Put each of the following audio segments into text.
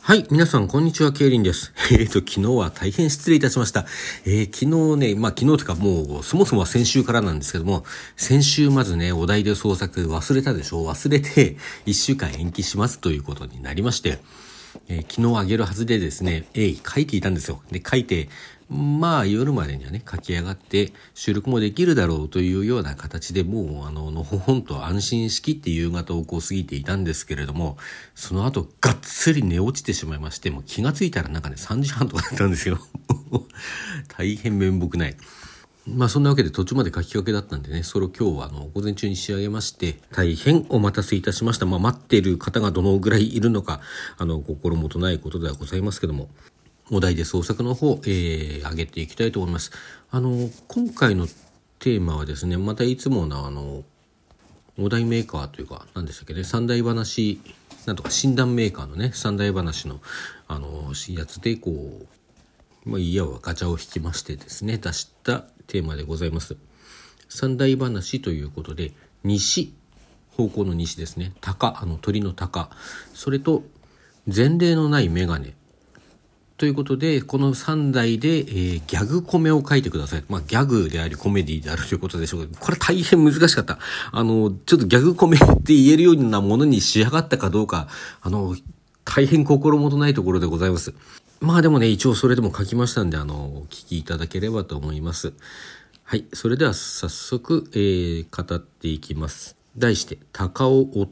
はい。皆さん、こんにちは。ケイリンです。昨日は大変失礼いたしました。昨日ね、昨日というかもう、そもそもは先週からなんですけども、先週まずね、お題で創作忘れたでしょ？忘れて、1週間延期しますということになりまして、昨日あげるはずでですね、書いていたんですよ。で、書いて、夜までにはね、書き上がって収録もできるだろうというような形でもう、のほほんと安心しきって夕方を過ぎていたんですけれども、その後、がっつり寝落ちてしまいまして、もう気がついたら3時半とかだったんですよ。大変面目ない。そんなわけで途中まで書きかけだったんでね、それを今日は午前中に仕上げまして、大変お待たせいたしました。待っている方がどのぐらいいるのか、心もとないことではございますけども、お題で創作の方、上げていきたいと思います。今回のテーマはですね、またいつものお題メーカーというか、何でしたっけね、三大話、なんとか診断メーカーのね、三大話の、やつでいやガチャを引きましてですね、出したテーマでございます。三大話ということで、西、方向の西ですね、鷹、鳥の鷹、それと前例のないメガネということで、この3題で、ギャグコメを書いてください。ギャグでありコメディであるということでしょうけど、これ大変難しかった。ちょっとギャグコメって言えるようなものに仕上がったかどうか、大変心もとないところでございます。でもね、一応それでも書きましたんで、お聞きいただければと思います。はい。それでは早速、語っていきます。題して、鷹を追って。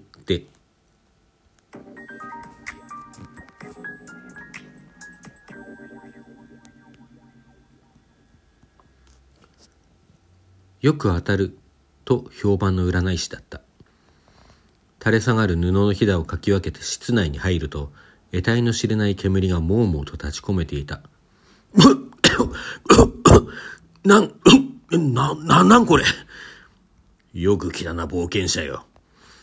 よく当たると評判の占い師だった。垂れ下がる布のひだをかき分けて室内に入ると、得体の知れない煙がもうもうと立ち込めていた。なんこれ。よく来たな、冒険者よ。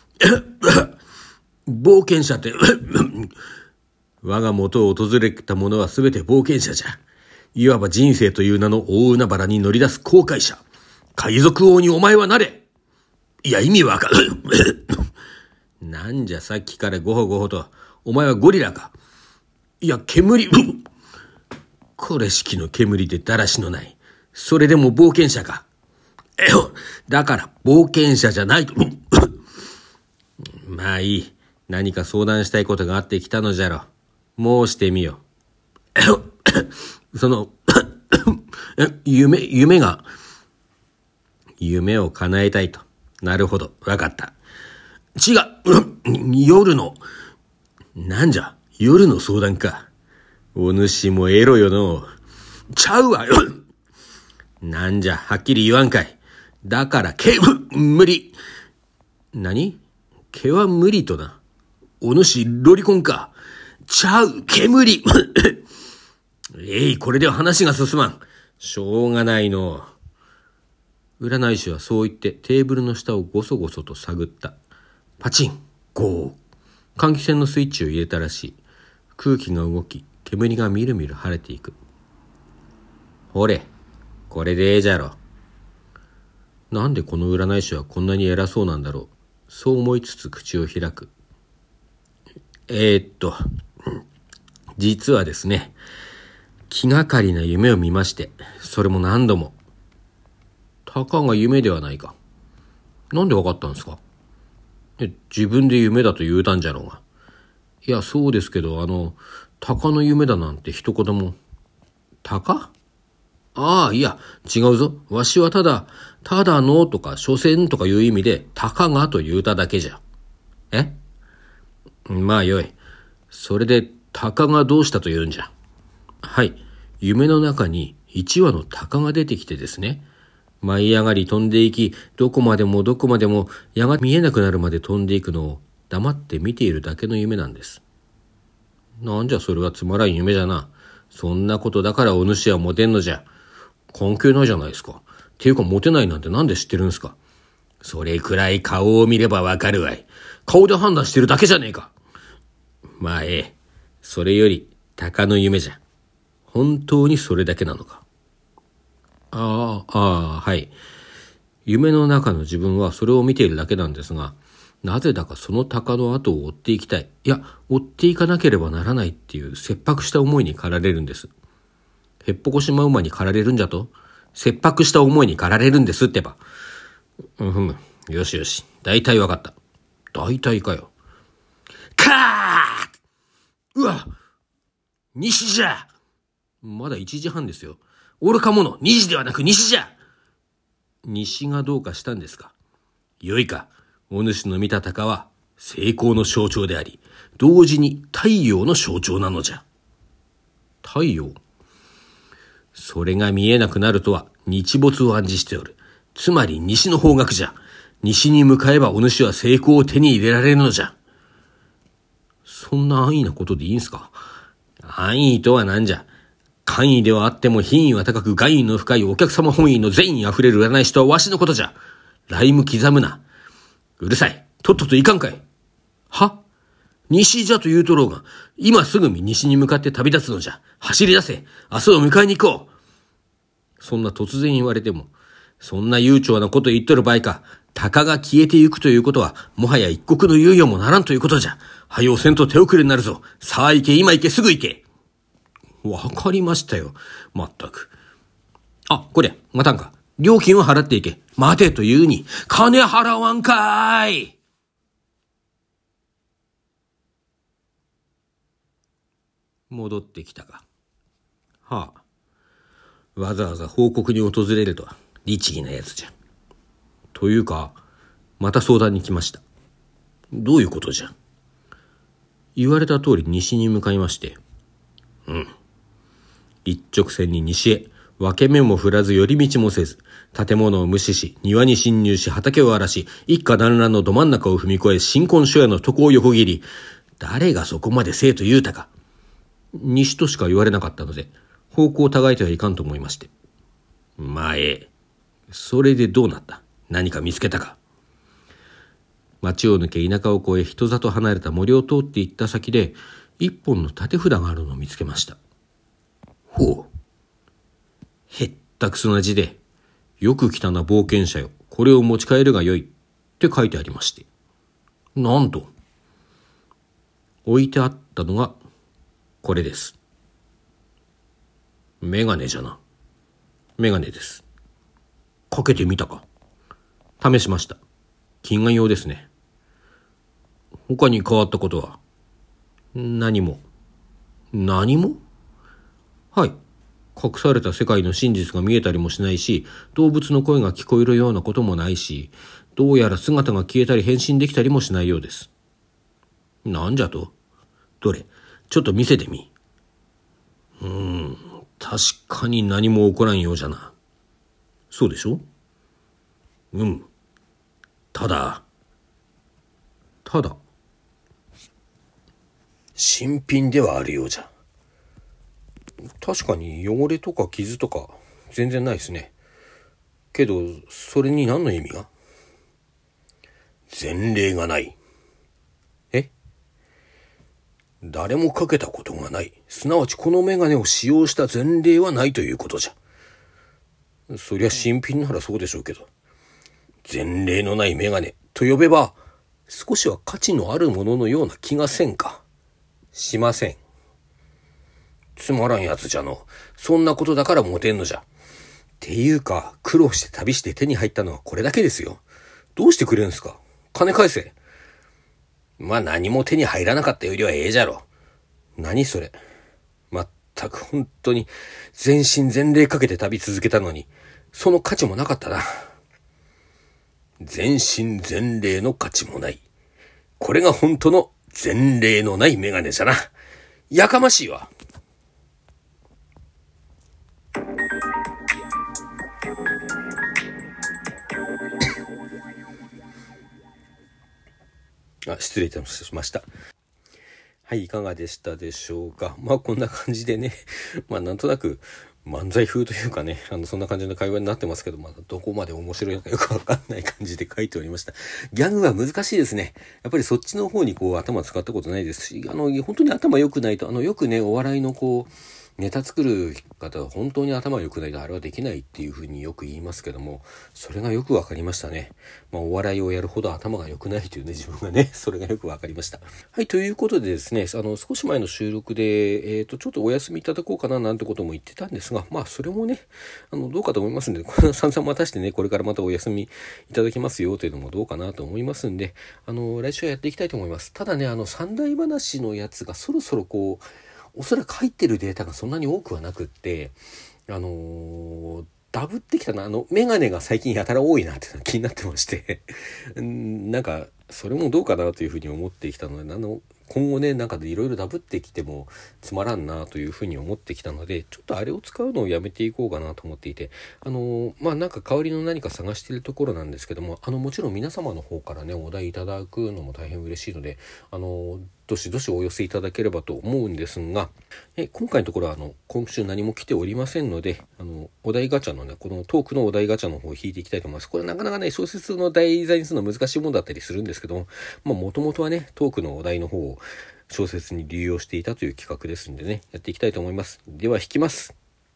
冒険者って、我が元を訪れた者はすべて冒険者じゃ。いわば人生という名の大海原に乗り出す航海者。海賊王にお前はなれ。いや、意味わかる。なんじゃさっきからゴホゴホと。お前はゴリラか。いや、煙。これ式の煙でだらしのない。それでも冒険者か。だから冒険者じゃないと。いい。何か相談したいことがあってきたのじゃろ。申してみよ。夢を叶えたいと。なるほど、わかった。違う、夜の。なんじゃ、夜の相談か。お主もエロよの。ちゃうわよ。なんじゃ、はっきり言わんかい。だから、無理。何？毛は無理とな。お主、ロリコンか。ちゃう、煙。これでは話が進まん。しょうがないの。占い師はそう言ってテーブルの下をごそごそと探った。パチン、ゴー。換気扇のスイッチを入れたらしい。空気が動き、煙がみるみる晴れていく。ほれ、これでええじゃろ。なんでこの占い師はこんなに偉そうなんだろう。そう思いつつ口を開く。実はですね、気がかりな夢を見まして、それも何度も。たかが夢ではないか。なんでわかったんですか？自分で夢だと言うたんじゃろうが。いや、そうですけど、鷹の夢だなんて一言も。鷹？いや、違うぞ。わしはただのとか、所詮とかいう意味で、鷹がと言うただけじゃ。よい。それで、鷹がどうしたと言うんじゃ。はい。夢の中に一羽の鷹が出てきてですね。舞い上がり飛んでいき、どこまでもやがて見えなくなるまで飛んでいくのを黙って見ているだけの夢なんです。なんじゃそれはつまらん夢じゃな。そんなことだからお主はモテんのじゃ。関係ないじゃないですか。ていうかモテないなんてなんで知ってるんですか。それくらい顔を見ればわかるわい。顔で判断してるだけじゃねえか。それより鷹の夢じゃ。本当にそれだけなのか。はい。夢の中の自分はそれを見ているだけなんですが、 なぜだかその鷹の後を追っていきたい。いや、追っていかなければならないっていう切迫した思いに駆られるんです。へっぽこしま馬に駆られるんじゃと？切迫した思いに駆られるんですってば。よしよし。大体わかった。大体かよ。かー！うわ！西じゃ！まだ1時半ですよ。愚か者、2時ではなく西じゃ！西がどうかしたんですか？よいか。お主の見た鷹は成功の象徴であり、同時に太陽の象徴なのじゃ。太陽？それが見えなくなるとは日没を暗示しておる。つまり西の方角じゃ。西に向かえばお主は成功を手に入れられるのじゃ。そんな安易なことでいいんすか？安易とは何じゃ。簡易ではあっても品位は高く願意の深いお客様本位の善意あふれる占い師とはわしのことじゃ。ライム刻むな。うるさい。とっとといかんかい。は？西じゃと言うとろうが、今すぐ西に向かって旅立つのじゃ。走り出せ。明日を迎えに行こう。そんな突然言われても、そんな悠長なこと言っとる場合か。鷹が消えてゆくということは、もはや一刻の猶予もならんということじゃ。はよせんと手遅れになるぞ。さあ行け、今行け、すぐ行け。わかりましたよ。まったく。あ、こりゃ、待たんか。料金を払っていけ。待てというに、金払わんかーい。戻ってきたか。はあ。わざわざ報告に訪れるとは、律儀なやつじゃ。というか、また相談に来ました。どういうことじゃ。言われた通り西に向かいまして。一直線に西へ、分け目も振らず寄り道もせず、建物を無視し、庭に侵入し、畑を荒らし、一家団らんのど真ん中を踏み越え、新婚初夜の床を横切り、誰がそこまでせえと言うたか。西としか言われなかったので、方向を違えてはいかんと思いまして。まあそれでどうなった？何か見つけたか？町を抜け田舎を越え人里離れた森を通って行った先で、一本の立て札があるのを見つけました。ほう。へったくそな字で、よく来たな冒険者よ。これを持ち帰るがよい。って書いてありまして。なんと、置いてあったのが、これです。メガネじゃな。メガネです。かけてみたか？試しました。近眼用ですね。他に変わったことは？何も。何も？はい。隠された世界の真実が見えたりもしないし、動物の声が聞こえるようなこともないし、どうやら姿が消えたり変身できたりもしないようです。なんじゃと？どれ、ちょっと見せてみ。確かに何も起こらんようじゃな。そうでしょ？ただ、新品ではあるようじゃ。確かに汚れとか傷とか全然ないですね。けど、それに何の意味が？前例がない。誰もかけたことがない。すなわちこのメガネを使用した前例はないということじゃ。そりゃ新品ならそうでしょうけど。前例のないメガネと呼べば、少しは価値のあるもののような気がせんか。しません。つまらんやつじゃの。そんなことだからモテんのじゃ。っていうか、苦労して旅して手に入ったのはこれだけですよ。どうしてくれるんすか？金返せ。まあ何も手に入らなかったよりはええじゃろ。何それ。まったく本当に全身全霊かけて旅続けたのに、その価値もなかったな。全身全霊の価値もない。これが本当の前例のないメガネじゃな。やかましいわ。失礼いたしました。はい、いかがでしたでしょうか。まあこんな感じでね、なんとなく漫才風というかね、そんな感じの会話になってますけど、どこまで面白いのかよくわかんない感じで書いておりました。ギャグは難しいですね。やっぱりそっちの方に頭使ったことないですし、本当に頭良くないと、よくね、お笑いのネタ作る方は本当に頭良くないとあれはできないっていうふうによく言いますけども、それがよくわかりましたね。お笑いをやるほど頭が良くないというね、自分がね、それがよくわかりました。はい、ということでですね、少し前の収録で、ちょっとお休みいただこうかななんてことも言ってたんですが、それもね、どうかと思いますんで、これ散々またしてね、これからまたお休みいただきますよというのもどうかなと思いますんで、来週はやっていきたいと思います。ただね、三大話のやつがそろそろおそらく入ってるデータがそんなに多くはなくって、ダブってきたな、メガネが最近やたら多いなっていうのが気になってましてなんか、それもどうかなというふうに思ってきたので、今後ね、なんかいろいろダブってきてもつまらんなというふうに思ってきたので、ちょっとあれを使うのをやめていこうかなと思っていて、なんか代わりの何か探しているところなんですけども、もちろん皆様の方からね、お題いただくのも大変嬉しいので、どしどしお寄せいただければと思うんですが、今回のところは今週何も来ておりませんので、お題ガチャのね、このトークのお題ガチャの方を引いていきたいと思います。これなかなかね、小説の題材にするの難しいものだったりするんですけども、もともとはね、トークのお題の方を小説に流用していたという企画ですんでね、やっていきたいと思います。では引きます。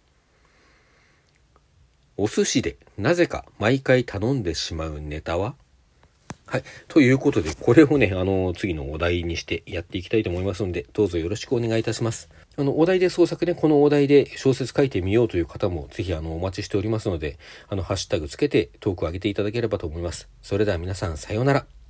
お寿司でなぜか毎回頼んでしまうネタは？はい。ということで、これをね、次のお題にしてやっていきたいと思いますので、どうぞよろしくお願いいたします。お題で創作ね、このお題で小説書いてみようという方も、ぜひお待ちしておりますので、ハッシュタグつけてトークを上げていただければと思います。それでは皆さん、さようなら。